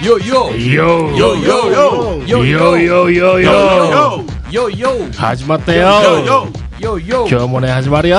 よよよよよ始まったよ。今日もね始まるよ。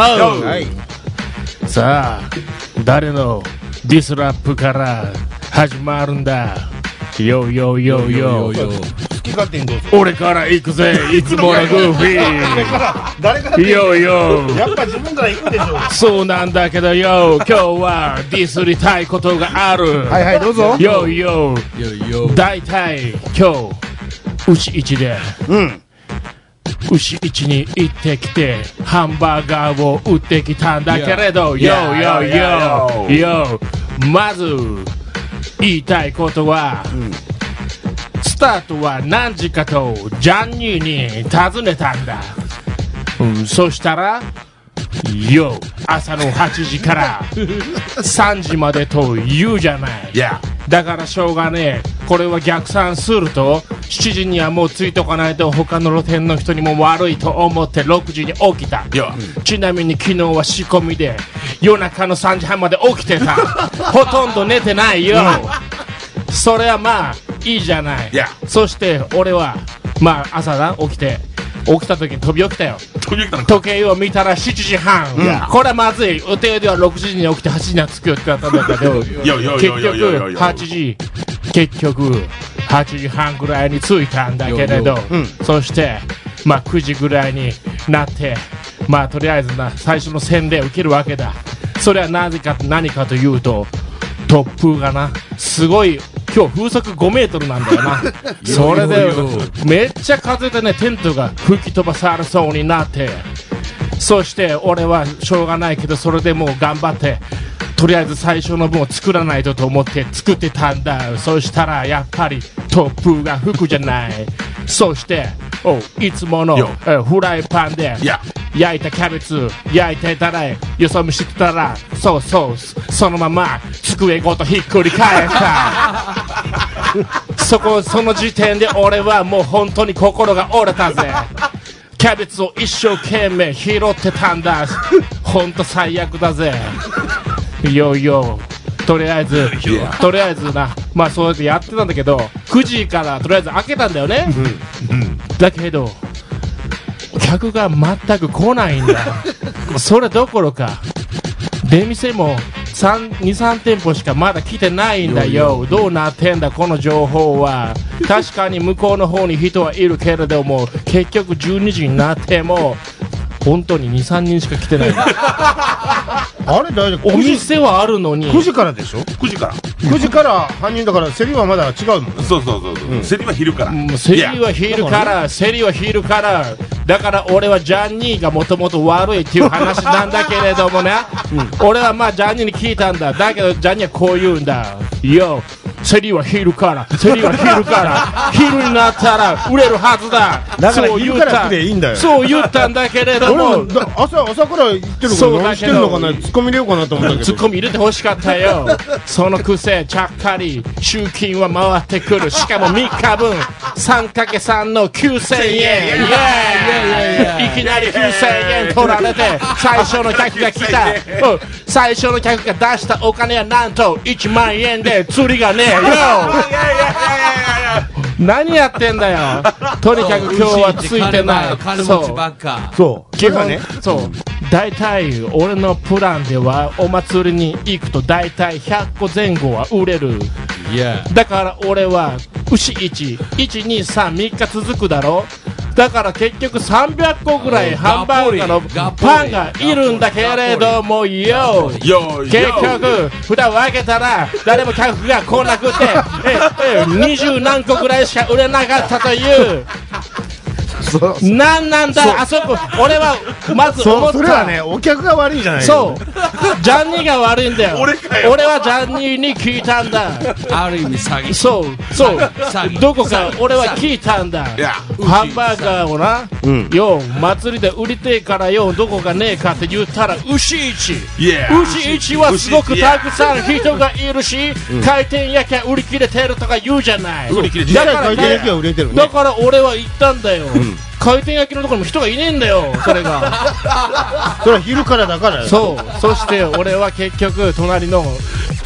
さあ誰のディスラップから始まるんだ。よよよよ。 好き勝手にどうぞ。 俺から行くぜ。いつものグーフィ誰からー。よよ。 やっぱ自分から行くでしょ。 そうなんだけどよ、今日はディスりたいことがある。 はいはいどうぞ。 よよ。だいたい今日牛一で牛一に行ってきてハンバーガーを売ってきたんだけれど、よよよよ。まず言いたいことは、スタートは何時かとジャンニーに尋ねたんだ。そしたらよ、朝の8時から3時までと言うじゃない。だからしょうがねえ。これは逆算すると7時にはもうついておかないと他の露店の人にも悪いと思って6時に起きた。ちなみに昨日は仕込みで夜中の3時半まで起きてた。ほとんど寝てないよ。それはまあいいじゃない。そして俺はまあ朝だ起きた時に飛び起きたよ。時計を見たら7時半、これはまずい。予定では6時に起きて8時には着くよってなったんだけど結局8時半ぐらいに着いたんだけれど、そしてまあ9時ぐらいになってまあとりあえずな最初の洗礼を受けるわけだ。それは何かというと突風がなすごい今日風速5メートルなんだよな。それでめっちゃ風でねテントが吹き飛ばされそうになって、そして俺はしょうがないけどそれでもう頑張ってとりあえず最初の分を作らないとと思って作ってたんだ。そしたらやっぱり突風が吹くじゃない。そしていつものフライパンで焼いたキャベツ焼いてたらよそ見してたらそのまま机ごとひっくり返ったその時点で俺はもう本当に心が折れたぜ。キャベツを一生懸命拾ってたんだ。本当最悪だぜ。よよ、とりあえずな、まあそうやってやってたんだけど9時からとりあえず開けたんだよね。だけど客が全く来ないんだ。それどころか出店も 2,3 店舗しかまだ来てないんだよ。どうなってんだこの情報は。確かに向こうの方に人はいるけれども結局12時になっても本当に 2,3 人しか来てない。 あれ大丈夫。 お店はあるのに 9時からでしょ。9時から搬入だから競りはまだ違うもんね。 そう、競りは昼から。 競りは昼から。だから俺はジャンニーがもともと悪いっていう話なんだけれどもね、俺はまあジャンニーに聞いたんだ。だけどジャンニーはこう言うんだよ。競りは昼から昼になったら売れるはずだ。 だから昼から来ていいんだよ。 そう言ったんだけれども朝から言ってるから何してんのかな。ツッコミ入れようかなと思ったけどツッコミ入れてほしかったよ。そのくせちゃっかり集金は回ってくる。しかも3日分 3×3 の9,000円。いきなり9,000円取られて最初の客が来た。最初の客が出したお金はなんと1万円で釣りがねえよ。何やってんだよ。とにかく今日はついてない。 金持ちばっか。 基本ね。大体俺のプランではお祭りに行くと大体100個前後は売れる。だから俺は牛123日続くだろ。だから結局300個ぐらいハンバーガーのパンがいるんだけれどもよ、結局蓋を開けたら誰も客が来なくて20何個ぐらいしか売れなかったという。なんだあそこ。俺はまず思った。 それはねお客が悪いんじゃない。 そうジャンニーが悪いんだよ。俺はジャンニーに聞いたんだ。 ある意味詐欺。 そうどこか俺は聞いたんだ。ハンバーガーをな、よ祭りで売りてえからよどこがねえかって言ったら牛一はすごくたくさん人がいるし、回転焼きは売り切れてるとか言うじゃない。 だから回転焼きは売れてるね。 だから俺は言ったんだよ。回転焼きのところにも人がいねえんだよ。それがそれは昼からだからよ。 そして俺は結局隣の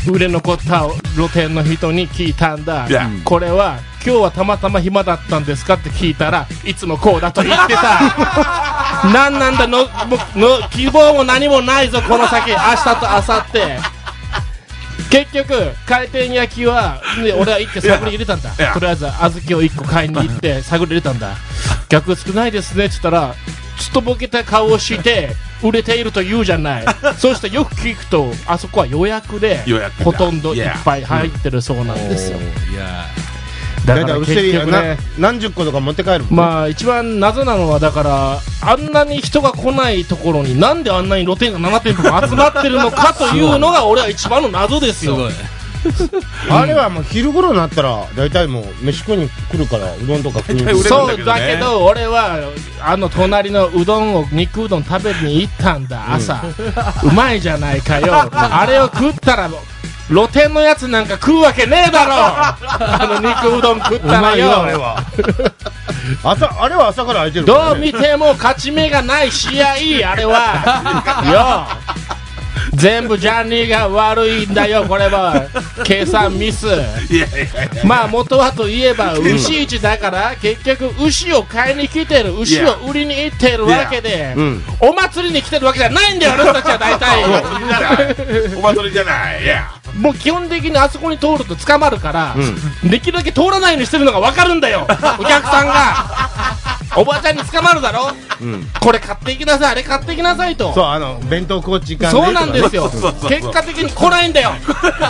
売れ残った露店の人に聞いたんだ、これは今日はたまたま暇だったんですかって聞いたら、いつもこうだと言ってた。なんなんだの希望も何もないぞこの先、明日と明後日。結局回転焼きは、ね、俺は行って探り入れたんだ。とりあえず小豆を1個買いに行って探り入れたんだ。逆少ないですねって言ったら、ちょっとボケた顔をして売れていると言うじゃない。そしてよく聞くとあそこは予約でほとんどいっぱい入ってるそうなんですよ。だから結局ね、 何十個とか持って帰るもんね。 まあ一番謎なのは、だからあんなに人が来ないところになんであんなに露店が7店舗も集まってるのかというのが俺は一番の謎ですよ。 あれはもう昼頃になったら大体もう飯食いに来るから、うどんとか食いに来る。 そうだけど俺は隣のうどんを肉うどん食べに行ったんだ朝。うまいじゃないかよ。あれを食ったら露店のやつなんか食うわけねえだろ。肉うどん食ったらよ。 あれはあれは朝から空いてるから、ね、 どう見ても勝ち目がない試合、あれはよ。全部ジャンニーが悪いんだよ。これは計算ミス。まあ元はといえば牛市だから、結局牛を買いに来てる、牛を売りに行ってるわけで、お祭りに来てるわけじゃないんだよ、あの人たちは大体。 お祭りじゃない。 もう基本的にあそこに通ると捕まるから、できるだけ通らないようにしてるのが分かるんだよ、お客さんが。おばちゃんに捕まるだろ、これ買っていきなさい、あれ買っていきなさいと。 そう、弁当コーチ間で。 そうなんですよ。結果的に来ないんだよ。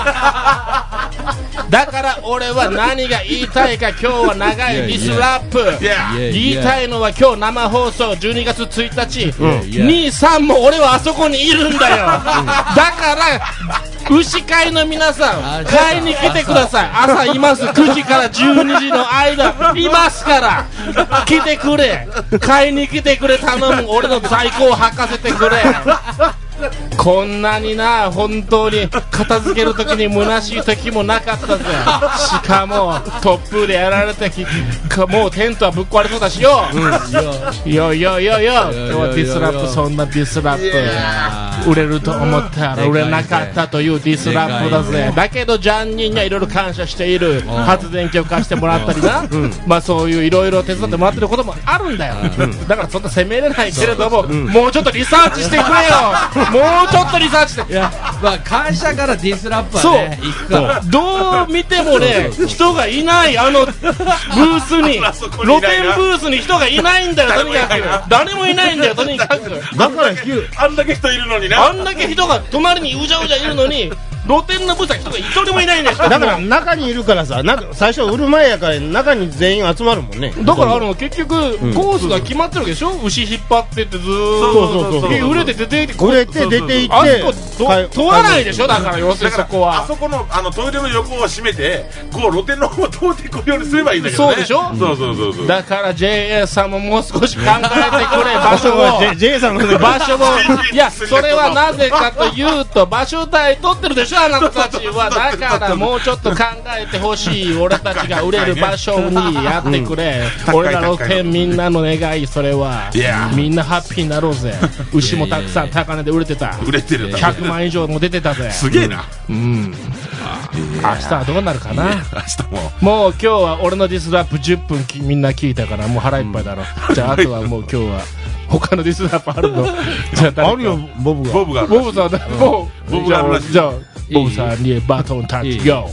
だから俺は何が言いたいか、今日は長いリスラップ。言いたいのは今日生放送12月1日、2、3も俺はあそこにいるんだよ。だから牛飼いの皆さん買いに来てください。朝います。9時から12時の間いますから来てくれ、買いに来てくれ、頼む。俺の在庫を履かせてくれ。こんなにな、本当に片付けるときに虚しいときもなかったぜ。しかも突風でやられてもうテントはぶっ壊れそうだしよ。よよよよ、今日はディスラップ、そんなディスラップ売れると思ったら売れなかったというディスラップだぜ。だけどジャンニーにはいろいろ感謝している。発電機を貸してもらったりな、まあそういういろいろ手伝ってもらってることもあるんだよ。だからそんな責めれないけれども、もうちょっとリサーチしてくれよ。もうちょっとリサーチして。 いや、まあ感謝からディスラップはね、行くから。 どう見てもね、人がいない。ブースに露店ブースに人がいないんだよ。とにかく誰もいないんだよ、とにかく。 だからあんだけ人いるのにな。 あんだけ人が隣にうじゃうじゃいるのに、露店のブースは人が一人もいないんだよ。 だから中にいるからさ、最初売る前やから中に全員集まるもんね。 だから結局コースが決まってるわけでしょ。牛引っ張ってってずーっと売れて出て行ってあそこ通らないでしょ。だから要するにそこはあそこのトイレの横を閉めて、こう露店の方を通っていくようにすればいいんだけどね。 そうでしょ。 そうだから JA さんももう少し考えてくれ。場所を JA さんの場所もいや、それはなぜかというと場所代取ってるでしょ、あなたたちは。だからもうちょっと考えてほしい。俺たちが売れる場所にやってくれ。俺らの県みんなの願い、それはみんなハッピーになろうぜ。牛もたくさん高値で売れてた。 売れてる。 100万以上も出てたぜ。 すげえな。 明日はどうなるかな。 明日もう今日は俺のディスラップ10分みんな聞いたからもう腹いっぱいだろ。じゃああとはもう今日は他のディスラップあるの。じゃああるよ、ボブが。 ボブさん、もうボブがあるらしい。 じゃあボブさんにバトンタッチよ。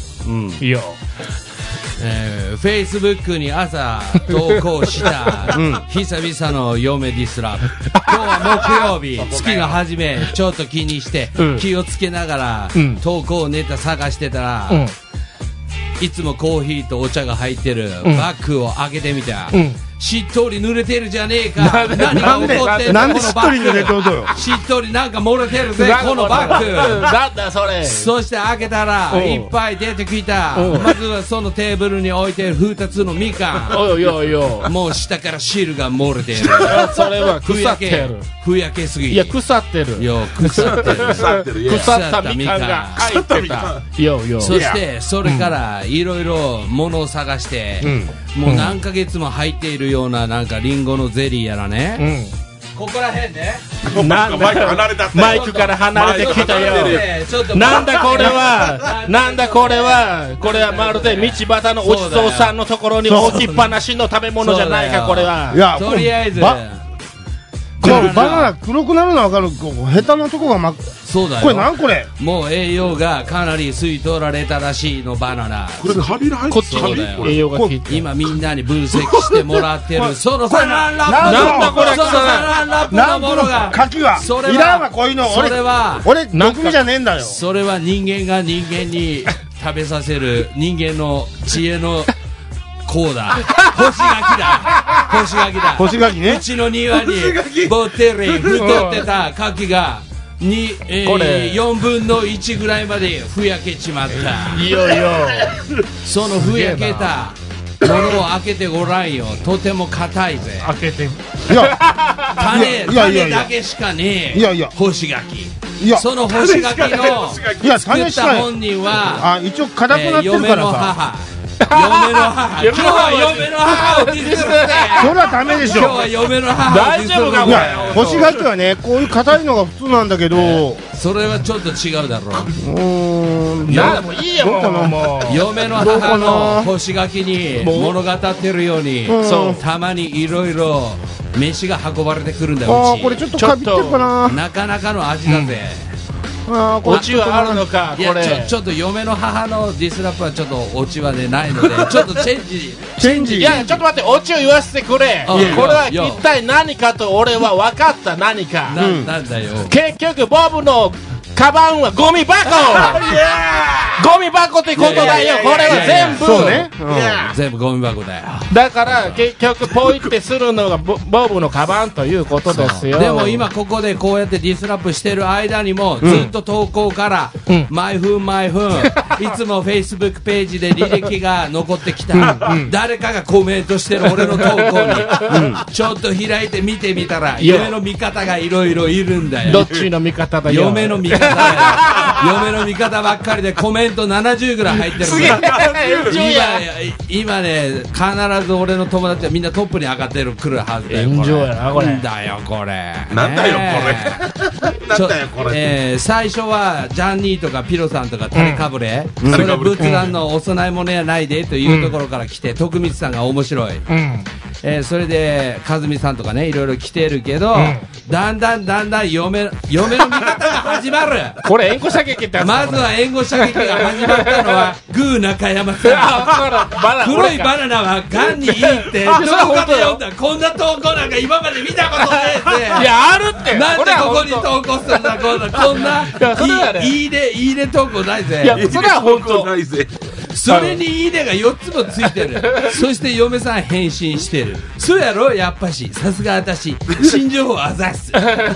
フェイスブックに朝投稿した久々の嫁ディスラップ。今日は木曜日、月が初めちょっと気にして気をつけながら投稿ネタ探してたら、いつもコーヒーとお茶が入ってるバッグを開けてみた。しっとり濡れてるじゃねえか。何が起こってんの。 なんでしっとり濡れてるとよ。 しっとりなんか漏れてるぜ、このバッグ。 なんだそれ。 そして開けたらいっぱい出てきた。まずはそのテーブルに置いてる2つのみかん。もう下から汁が漏れてる。 それは腐ってる。 ふやけすぎ。 いや腐ってる。 腐ってる。 腐ったみかんが入ってた。 そしてそれからいろいろ物を探して、もう何ヶ月も入っているようななんかリンゴのゼリーやらね、 ここら辺ね。 マイク離れたって。 マイクから離れてきたよ。なんだこれは、なんだこれは、これはまるで道端のお地蔵さんのところに置きっぱなしの食べ物じゃないか、これは。 いや、 とりあえず。 バナナ黒くなるのは分かる。ヘタのとこがそうだよ。 これなんこれ。 もう栄養がかなり吸い取られたらしいのバナナ。 これカビラ入ってこっちに栄養が効いて今みんなに分析してもらってるそのサランラップなんだこれそのサランラップのものが柿はそれいらんわこういうの。 それは俺毒味じゃねえんだよ。 それは人間が人間に食べさせる人間の知恵のこうだ干し柿だ干し柿だ干し柿ね。 うちの庭にボテレ太ってた柿が4分の1ぐらいまでふやけちまった。 いよいよそのふやけたものを開けてごらんよ。とても硬いぜ。 開けて。 いや種だけしかねえ。 いやいや干し柿。 いやその干し柿のいや作った本人は一応硬くなってるからさ。 嫁の母今日は嫁の母をディスるって。 それはダメでしょ。 今日は嫁の母をディスる。 大丈夫かこいや干し柿はねこういう硬いのが普通なんだけど、 それはちょっと違うだろう。 なもういいよもう。 嫁の母の干し柿に物語ってるように、たまにいろいろ飯が運ばれてくるんだよ。うちこれちょっとかびってるかな。 なかなかの味だぜ。 オチはあるのかこれ。 ちょっと嫁の母のディスラップはちょっとオチはねないのでちょっとチェンジ。 いやちょっと待ってオチを言わせてくれ。これは一体何かと俺は分かった。何かなんだよ。 結局ボブのカバンはゴミ箱ゴミ箱ってことだよ。これは全部そうね。 全部ゴミ箱だよ。 だから結局ポイってするのがボブのカバンということですよ。 でも今ここでこうやってディスラップしてる間にもずっと投稿から毎分毎分いつもフェイスブックページで履歴が残ってきた誰かがコメントしてる俺の投稿にちょっと開いて見てみたら嫁の味方がいろいろいるるんだよ。 どっちの味方だよ。 嫁の味方だよ。嫁の味方ばっかりでコメント70ぐらい入ってる今ね、必ず俺の友達はみんなトップに上がってくるはずだよ。 炎上やなこれ。 なんだよこれ。 なんだよこれ。なんだよこれ。 最初はジャンニーとかピロさんとかタレかぶれ、それ仏壇のお供え物やないでというところから来て、徳光さんが面白い。それで和美さんとかねいろいろ来てるけど、だんだん嫁の味方が始まる。 これ援護射撃ってまずは援護射撃が始まったのはグー中山さん。黒いバナナはガンにいいってどこかで読んだ。こんな投稿なんか今まで見たことねえって。 いやあるって。 なんでここに投稿するんだこんないいね投稿ないぜ。 いやそれは本当ないぜ。 それにいいねが4つもついてる。そして嫁さん返信してる。そうやろやっぱしさすが私新情報あざっす。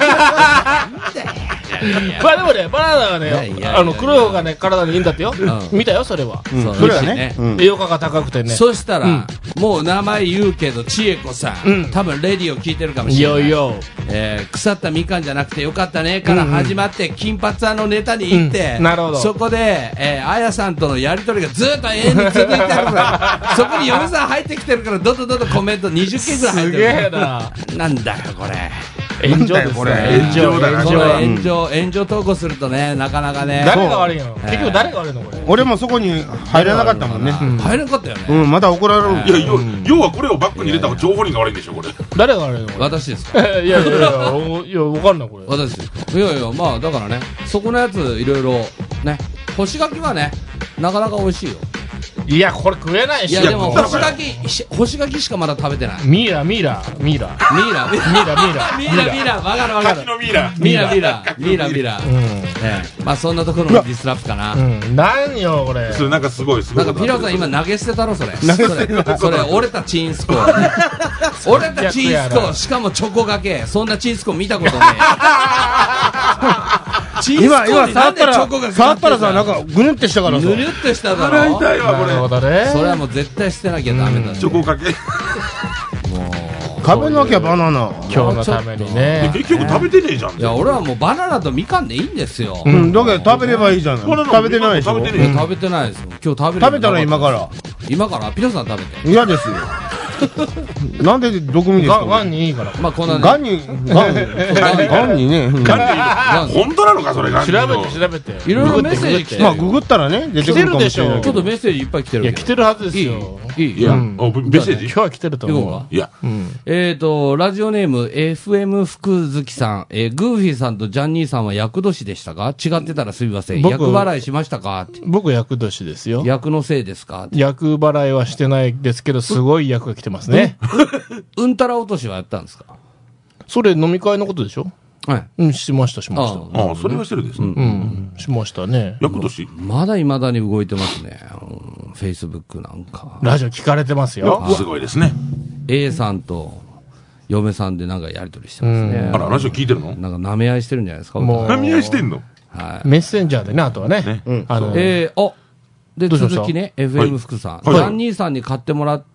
まあでもねバナナはね黒い方がね体にいいんだってよ。見たよそれは。 それはね栄養価が高くてね。 そしたらもう名前言うけど千恵子さん多分レディを聞いてるかもしれない。腐ったみかんじゃなくてよかったねから始まって金髪のネタに行ってそこであやさんとのやり取りがずっと永遠に続いてるからそこに嫁さん入ってきてるからどんどんコメント20件ぐらい入ってる。 すげえな。 なんだよこれ。 炎上ですね。 炎上投稿するとねなかなかね。 誰が悪いの。結局誰が悪いのこれ。 俺もそこに入らなかったもんね。 入らなかったよね。 また怒られる。 いや要はこれをバックに入れた情報人が悪いんでしょこれ。 誰が悪いの。 私ですか。 いやわかんないこれ。 私です。いやまあだからねそこのやついろいろね干し柿はねなかなか美味しいよ。 いやこれ食えないし。 いやでも干し柿しかまだ食べてない。 ミイラわかる。 まあそんなところのディスラップかな。 何よこれ。 それなんかすごいなんかピロさん今投げ捨てたろそれ。それ折れたチンスコ。折れたチンスコしかもチョコがけ。そんなチンスコ見たことねえ。 今触ったらさなんかぐぬってしたからさ。 ぐぬってしただろ。 洗いたいわこれ。 それはもう絶対捨てなきゃダメだ。 チョコかけ。 食べなきゃバナナ。 今日のためにね。 結局食べてねえじゃん。 いや俺はもうバナナとみかんでいいんですよ。 だけど食べればいいじゃない。食べてないでしょ。 食べてないです。今日食べたら今から。 今からピロさん食べて。 嫌ですよ。 なんで毒味ですか？ ガンにいいから。 まあこんなね。 ガンにね。 本当なのかそれが。 調べて。 いろいろメッセージ来てる。 まあググったらね出てくるかもしれない。 ちょっとメッセージいっぱい来てる。 いや来てるはずですよ。 いや、メッセージ今日は来てると思う。 いや。 ラジオネーム FM 福月さん、グーフィーさんとジャンニーさんは厄年でしたか？違ってたらすみません。厄払いしましたか？ 僕厄年ですよ。 厄のせいですか？ 厄払いはしてないですけど、すごい厄が来てますね。 うんたら落としはやったんですか？ それ飲み会のことでしょ？ はい。 うん、しました。 ああ、それはしてるですね。 しましたね。 厄年まだ未だに動いてますね。フェイスブックなんか。 ラジオ聞かれてますよ。 すごいですね。 A さんと嫁さんでなんかやりとりしてますね。 あら、ラジオ聞いてるの？ なんか舐め合いしてるんじゃないですか？ もう舐め合いしてんの？ はい。 メッセンジャーでね、あとはね。 で、続きね、FM 福さん。ジャンニーさんに買ってもらって、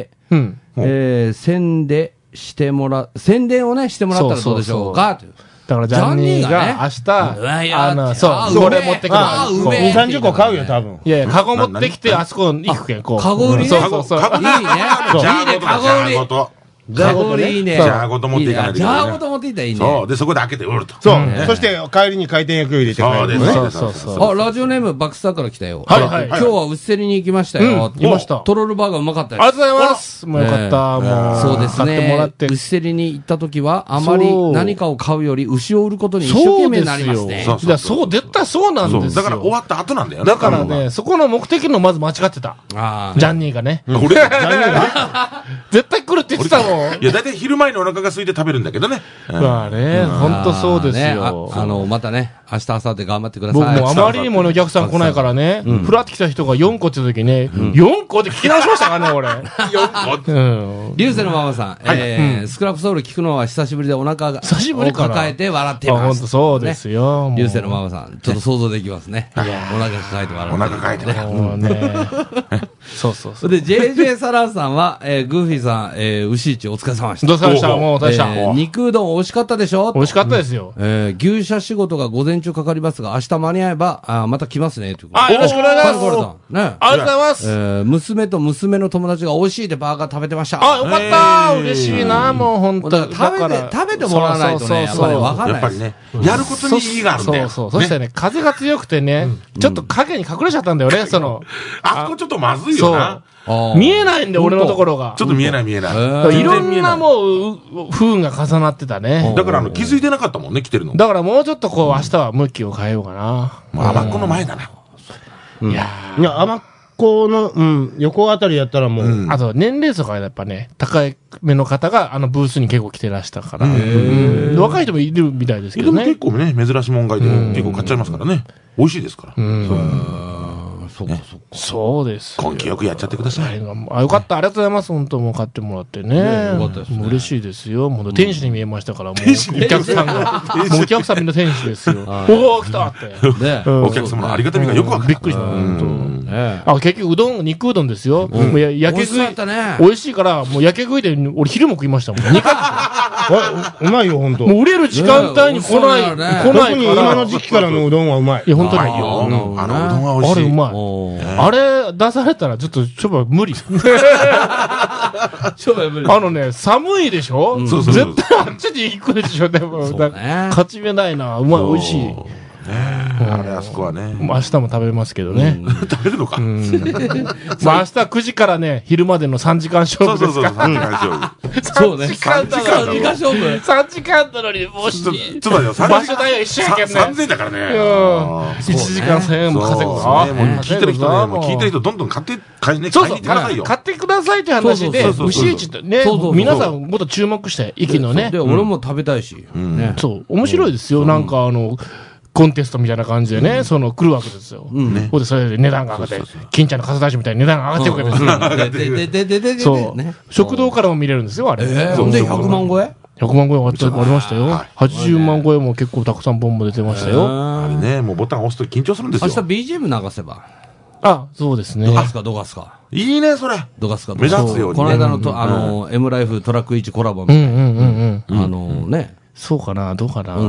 宣伝をね、してもらったらどうでしょうか？ だからジャンニーが明日、そう、これ持ってくる。 2、30個買うよ、多分。 いやいや、カゴ持ってきて、あそこ行くけん、こう。 カゴ売りね。 そうそうそう。 いいね。いいね、カゴ売り。 じゃごといいね。 じゃごと持っていかないといけない。 じゃごと持っていったらいいね。 そう。で、そこで開けて売ると。 そう。そして帰りに回転薬を入れて帰る。 そう。 あ、ラジオネームバックスターから来たよ。 はいはい。 今日はうっせりに行きましたよ。 行きました。 トロールバーガーうまかったです。 ありがとうございます。もうよかった。もう。 そうですね。 買ってもらって。 うっせりに行った時は、あまり何かを買うより牛を売ることに一生懸命になりますね。 そう、絶対そうなんですよ。 だから終わった後なんだよね。 だからね、そこの目的のまず間違ってた。ジャンニーがね。 俺ジャンニーが絶対来るって言ってたもん。 いや、だいたい昼前にお腹が空いて食べるんだけどね。 まあね、ほんとそうですよ。 またね、明日、明後日頑張ってください。 僕もあまりにもお客さん来ないからね、ふらって来た人が4個って時ね、4個って聞き直しましたからね、俺。 4 個リュウセのママさん、スクラップソウル聞くのは久しぶりでお腹を抱えて笑っています。 ほんとそうですよ。 リュウセのママさん、ちょっと想像できますね。お腹抱えて笑って。 お腹抱えてね。 もうね。そう。 で、JJ サランさんは、グーフィーさん、牛市お疲れ様でした。 どうさまでした。もうお疲れ様でした。 肉うどん美味しかったでしょ？ 美味しかったですよ。 牛舎仕事が午前中かかりますが、明日間に合えば、また来ますね。 よろしくお願いします。 ね。ありがとうございます。 娘と娘の友達が美味しいってバーガー食べてました。 あ、よかった。嬉しいな、もう本当だから食べてもらわないとね、やっぱりわかんない。 やっぱりね、やることに意義があるんだよ。 そしてね、風が強くてね、ちょっと影に隠れちゃったんだよね、その。 あそこちょっとまずいよな。 見えないんで、俺のところが。 ちょっと見えない。いろんなもう、不運が重なってたね。 だから気づいてなかったもんね、来てるの。 だからもうちょっとこう、明日は向きを変えようかな。 甘っこの前だな。 いや、甘っこの、横あたりやったらもう。 あと、年齢層がやっぱね、高い目の方が、ブースに結構来てらしたから。若い人もいるみたいですけどね。 結構ね、珍しいもんがいて結構買っちゃいますからね。美味しいですから。 そうです。 根気よくやっちゃってください。 よかった。ありがとうございます。本当もう買ってもらってね。よかったです。嬉しいですよ。もう天使に見えましたから、もう。お客さんが。もうお客さんみんな天使ですよ。おお、来たって。 お客様のありがたみがよくわかる。 びっくりした。本当。結局、肉うどんですよ。もう焼け食い。美味しいから、もう焼け食いで、俺昼も食いましたもん。 うまいよ、本当。 もう売れる時間帯に来ないから。 特に今の時期からのうどんはうまい。 いや、本当に。 あのうどんは美味しい。 あれうまい。あれ出されたらちょっと無理。寒いでしょ？絶対あっちに行くでしょ。でも、勝ち目ないな。うまい、美味しい。 あれ、あそこはね。 明日も食べますけどね。 食べるのか。 まあ明日9時からね、昼までの3時間勝負ですから。 3時間勝負。 そうね。3時間勝負。 3時間なのに、もし。 ちょっと待ってよ、 場所代が一緒やけんね。 3000だからね。 1時間1000円も稼ぐぞ。 聞いてる人ね、聞いてる人どんどん買っていってくださいよ。 買ってくださいって話で、牛市ってね、皆さんもっと注目して、息のね。 で、俺も食べたいし。 そう、面白いですよ。なんかコンテストみたいな感じでね、来るわけですよ。ほんで、それで値段が上がって、金ちゃんの傘出しみたいに値段が上がっていくわけですよ。そう。食堂からも見れるんですよ、あれ。 ほんで100万超え ?100 万超えありましたよ。80万超えも結構たくさん本も出てましたよ。 あれね、もうボタン押すと緊張するんですよ。 明日 BGM 流せば。 あ、そうですね。 どがすか。 いいね、それ。 どがすか。 目立つように。 この間のM ライフトラック1コラボみたいな。ね。 そうかな、どうかな。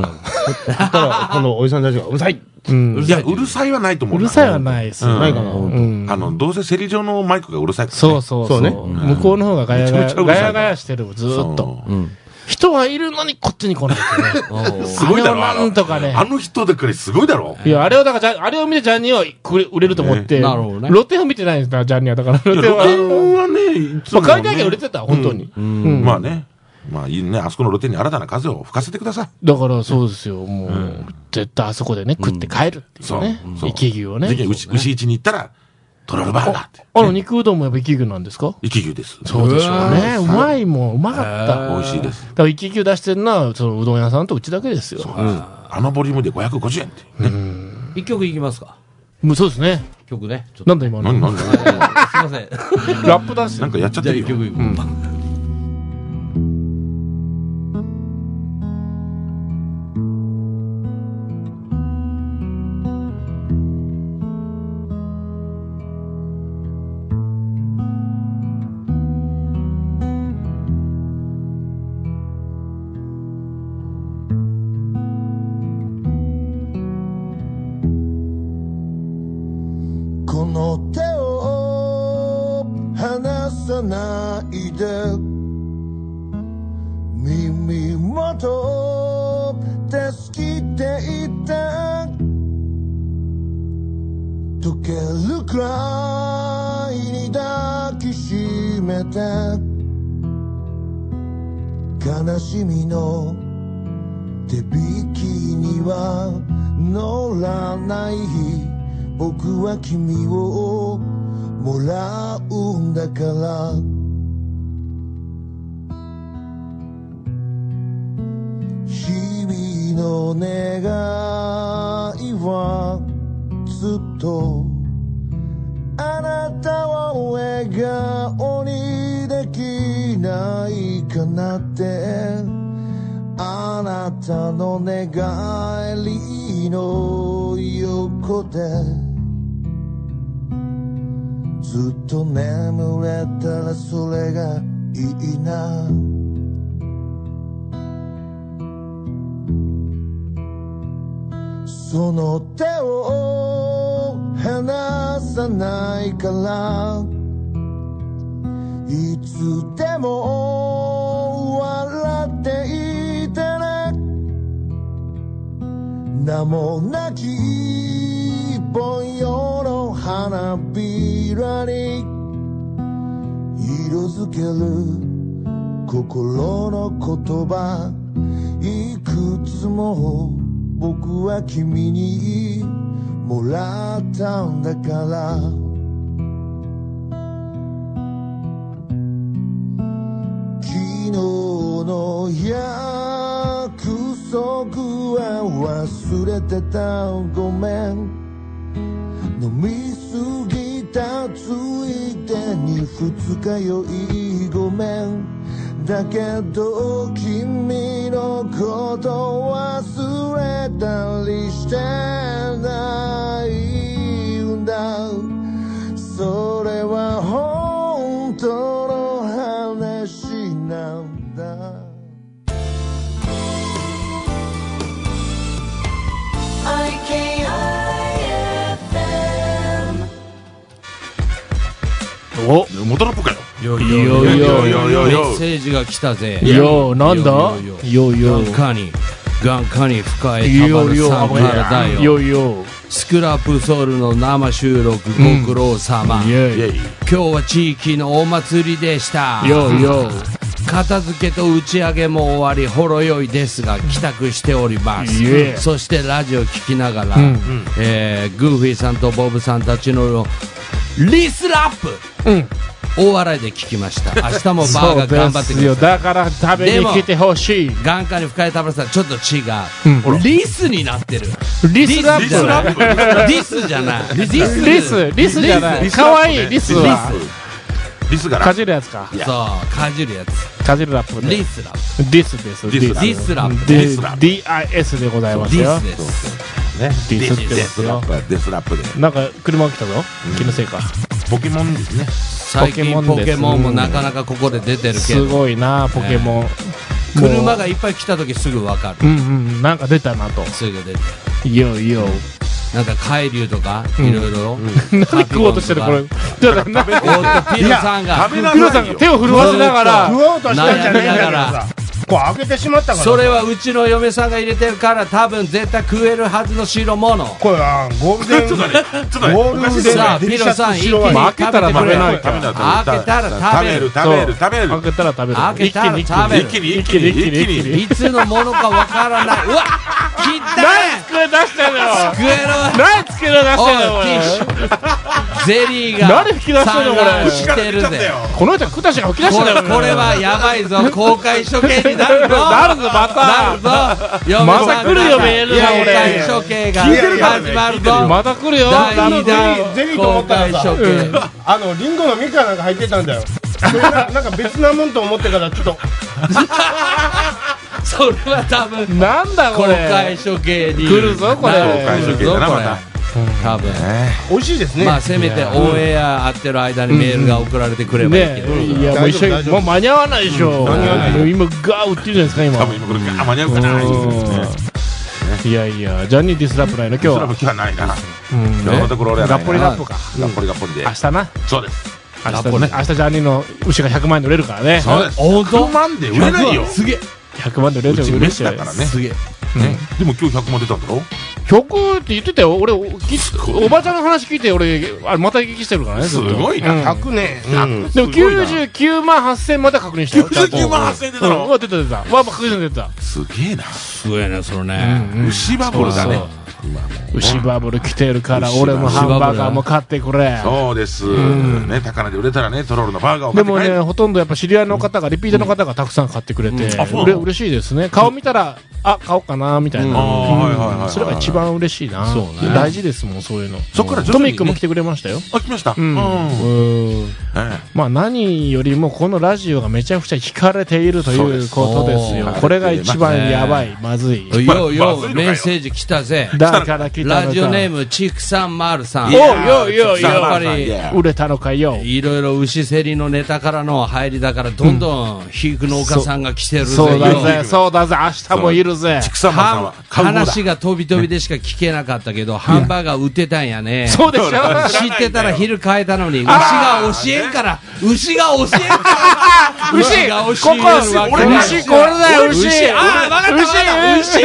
そしたら、このおじさんたちが、うるさい。 いや、うるさいはないと思う。 うるさいはないですよ。 ないかな。 どうせ競り場のマイクがうるさいからね。 そうそうそう。向こうの方がガヤガヤしてる、ずーっと。人はいるのにこっちに来ないってね。 すごいだろ。 なんとかね。 あの人でくれすごいだろ。 いや、あれをだから、あれを見てジャンニーは売れると思って、 なるほどね。 露店を見てないんですから、ジャンニーは。だから、 露店はね、いつも。 海外で売れてた、本当に。 まあね。まあいいね、あそこの露店に新たな風を吹かせてください。 だからそうですよ、もう、絶対あそこでね、食って帰るっていうね。生き牛をね。 牛市に行ったら、トロルバーガーって。 肉うどんもやっぱ生き牛なんですか？ 生き牛です。 そうでしょうね。うまいもん、うまかった。 美味しいです。 だから生き牛出してるのは、そのうどん屋さんとうちだけですよ。 あのボリュームで550円ってね。 一曲いきますか？ そうですね。 曲ね。 なんだ今の。 なんだすいません。 ラップだし。 なんかやっちゃってるよ。 じゃあ一曲いこう。 この手を離さないで耳元で好きって言った溶けるくらいに抱きしめて悲しみの手引きには乗らない僕は君をもらうんだから日々の願いはずっとあなたを笑顔にできないかなってあなたの寝返りの横でずっと眠れたらそれがいいなその手を離さないからいつでも笑っていてね名もなきぼんよの花びらに色づける心の言葉いくつも僕は君にもらったんだから昨日の約束は忘れてたごめん飲みすぎたついでに二日酔いごめんだけど君のこと忘れたりしてないんだそれは本当の話なんだお元ラップかよ。 よよよメッセージが来たぜ。 よなんだよよ眼下に深いたまるさんからだよ。 よよスクラップソウルの生収録ご苦労様、今日は地域のお祭りでした。 よよ片付けと打ち上げも終わりほろ酔いですが帰宅しております、そしてラジオ聞きながら、グーフィーさんとボブさんたちのリスラップ、大笑いで聞きました。明日もバーが頑張ってください。 だから食べに来てほしい。 眼下に深い田村さんちょっと違う、リスになってる。 リスラップリスじゃないリスじゃない。かわいいリスはリスがかじるやつか。 そうかじるやつかじるラップね。 リスラップディスです。 ディスラップ DIS でございますよ。 ディスですね。 ディスってますよ。 デスラップで。 なんか車が来たぞ。気のせいか。 ポケモンですね。 最近ポケモンもなかなかここで出てるけどすごいなポケモン。 車がいっぱい来た時すぐ分かる。 なんか出たなと。 すぐ出て。 いよいよ。 なんか海流とかいろいろ。 何食おうとしてるこれ。じゃあピロさんが手を震わせながら食おうとしたんじゃねえんだけどさ、こう開けてしまったから。 それはうちの嫁さんが入れてるから多分絶対食えるはずの白物。 これはゴールデンゴールデンさあピロさん一気に開けたら食べないか。 開けたら食べる。 食べる開けたら食べる。 開けたら食べる。 一気にいつのものかわからない。うわ切ったね。 机出してんのよ。 机の何机の出してんのよ。 ティッシュゼリーが何吹き出してんのこれ。 散乱してるぜ。 この人はクタシが吹き出してんだよ。 これはやばいぞ。公開処刑になるぞ。 なるぞまた。 なるぞ。 また来るよメールが公開処刑が始まるぞ。 また来るよ。 第2弾ゼリーと思公開ったらさ、 処刑。 リンゴのみかんなんか入ってたんだよ。それなんか別なもんと思ってからちょっとそれは多分なんだこ公れ。 開処刑に来るぞこれ。 公開処刑だなまた。 多分美味しいですね。 まあせめてオンエアあってる間にメールが送られてくればいいけど。 いやもう一緒にもう間に合わないでしょ。 間に合わないよ今ガー売ってるじゃないですか今。 多分今これ間に合うかな。 いやいやジャニーディスラップないの今日は。 今日はないな。 うん今のところ俺はガッポリラップか。 ガッポリガッポリで。 明日な。 そうです。 明日ジャニーの牛が100万円で売れるからね。 そうです。100万で売れないよ。 すげえ。 100万で売れるうちと嬉しい飯だからね。 すげえ。 でも今日100万出たんだろ。 100って言ってたよ。俺おばちゃんの話聞いて俺あれまた聞きしてるからね。 すごいな。 100ね。 でも99万8000まで確認したよ。 99万8000出たの。 出た出た。まあ確実に出た。 すげえな。 すごいねそれね。 牛バブルだね。 牛バブル来てるから俺もハンバーガーも買ってくれ。 そうですね。高値で売れたらねトロールのバーガーを買ってくれ。 でもねほとんどやっぱ知り合いの方がリピートの方がたくさん買ってくれて嬉しいですね。顔見たらあ買おうかなみたいな。それが一番嬉しいな。大事ですもんそういうの。 そっからトミックも来てくれましたよ。 あ来ました。 まあ何よりもこのラジオがめちゃくちゃ聞かれているということですよ。これが一番やばいまずい。 よメッセージ来たぜ。 だから来たのか。 ラジオネームちくさんまるさん。 よやっぱり売れたのかよ。 いろいろ牛競りのネタからの入りだからどんどん肥育農家さんが来てるぜ。 そうだぜそうだぜ明日もいるぜ。 話が飛び飛びでしか聞けなかったけどハンバーガー売ってたんやね。 そうでしょ。 知ってたら昼変えたのに牛が教えんから牛が教えんから牛が教えるわけない。 牛これだよ牛。 ああ分かった分かった牛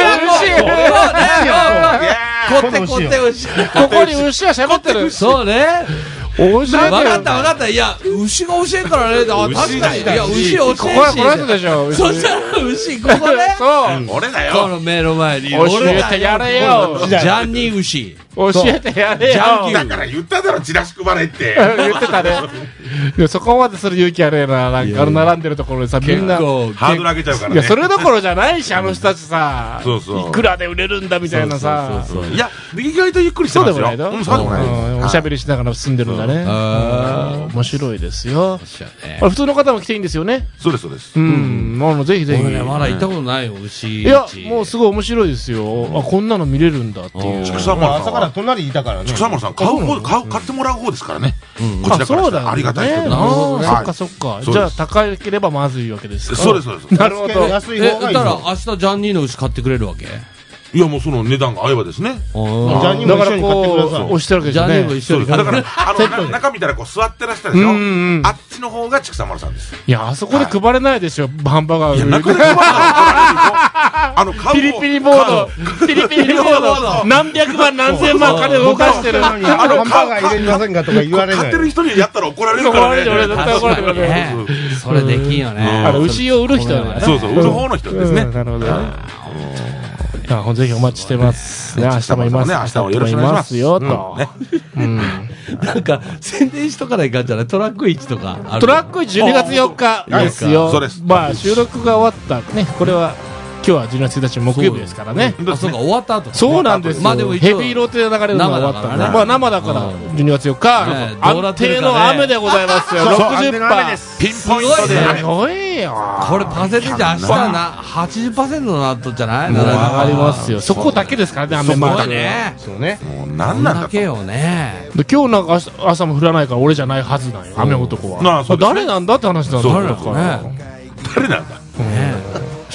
こってこって牛ここに牛は喋ってる。 そうね。 分かったいや牛が教えんからね。確かにいや牛教えんしここはこの人でしょ。 そしたら牛ここね。 そう俺だよ。 この目の前に教えてやれよ。 ジャンニー牛教えてやれよ。 だから言っただろチラシ配れって言ってたね。そこまでする勇気あるよな。なんか並んでるところでさみんなハードル上げちゃうからね。 いやそれどころじゃないしあの人たちさそういくらで売れるんだみたいなさ。 いや意外とゆっくりしてますよ。 そうでもないの。そうでもない。おしゃべりしながら進んでるんだね。面白いですよ。普通の方も来ていいんですよね。 そうですそうです。 ぜひぜひ。 まだ行ったことないよ牛。 いやもうすごい面白いですよ。あこんなの見れるんだっていう。 畜産丸さん朝から隣いたからね。 畜産丸さん買ってもらう方ですからね。こちらからしたらありがたいですけど。 そっかそっか。じゃあ高ければまずいわけですか。 そうですそうです。 なるほど。 安い方がいい。 だから明日ジャンニーの牛買ってくれるわけ。 いやもうその値段が合えばですね。 ジャニーも一緒に買ってください。 押してるわけですね。 ジャニーも一緒に買ってだから中見たらこう座ってらしたでしょ。あっちの方が畜産丸さんです。 いやあそこで配れないでしょハンバーガー。 いや中で配るのピリピリボードピリピリボード何百万何千万金動かしてるのにハンバーガー入れませんかとか言われない。 買ってる人にやったら怒られるからね。 俺絶対怒られるね。 それできんよね。 牛を売る人だね。 そう売る方の人ですね。 なるほどね。ぜひお待ちしてます。明日もいます。 明日もよろしくお願いしますよと。 なんか宣伝しとかないかんじゃない。トラック市とかある。 トラック市12月4日ですよ。 そうです。 まあ収録が終わったね。これは今日は12月1日木曜日ですからね。 あそうか終わった後。 そうなんですよ。 まあでもヘビーローテで流れるのが終わったから。まあ生だから12月4日安定の雨でございますよ。60% ピンポイントで。 すごいよ。 これパーセンテージ明日はな 80% のなっとじゃない。 もう上がりますよ。そこだけですからね雨マークね。 そうね。 もうなんなんだけよね。 今日なんか朝も降らないから俺じゃないはずなんよ雨男は。誰なんだって話なんだ。 誰なんだ。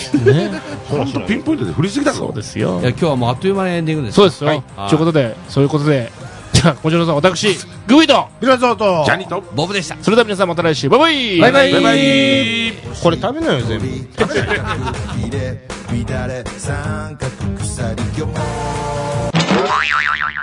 ほんとピンポイントで振りすぎたぞ。 そうですよ。 いや今日はもうあっという間にエンディングです。 そうですよ。 はいということで、そういうことで、じゃあ、小次郎さん、私、グビと、 ビラゾーとジャニーとボブでした。 それでは皆さんまた来週、バイバイバイバイバイバイ。 これ食べないよ全部乱れ三角鎖魚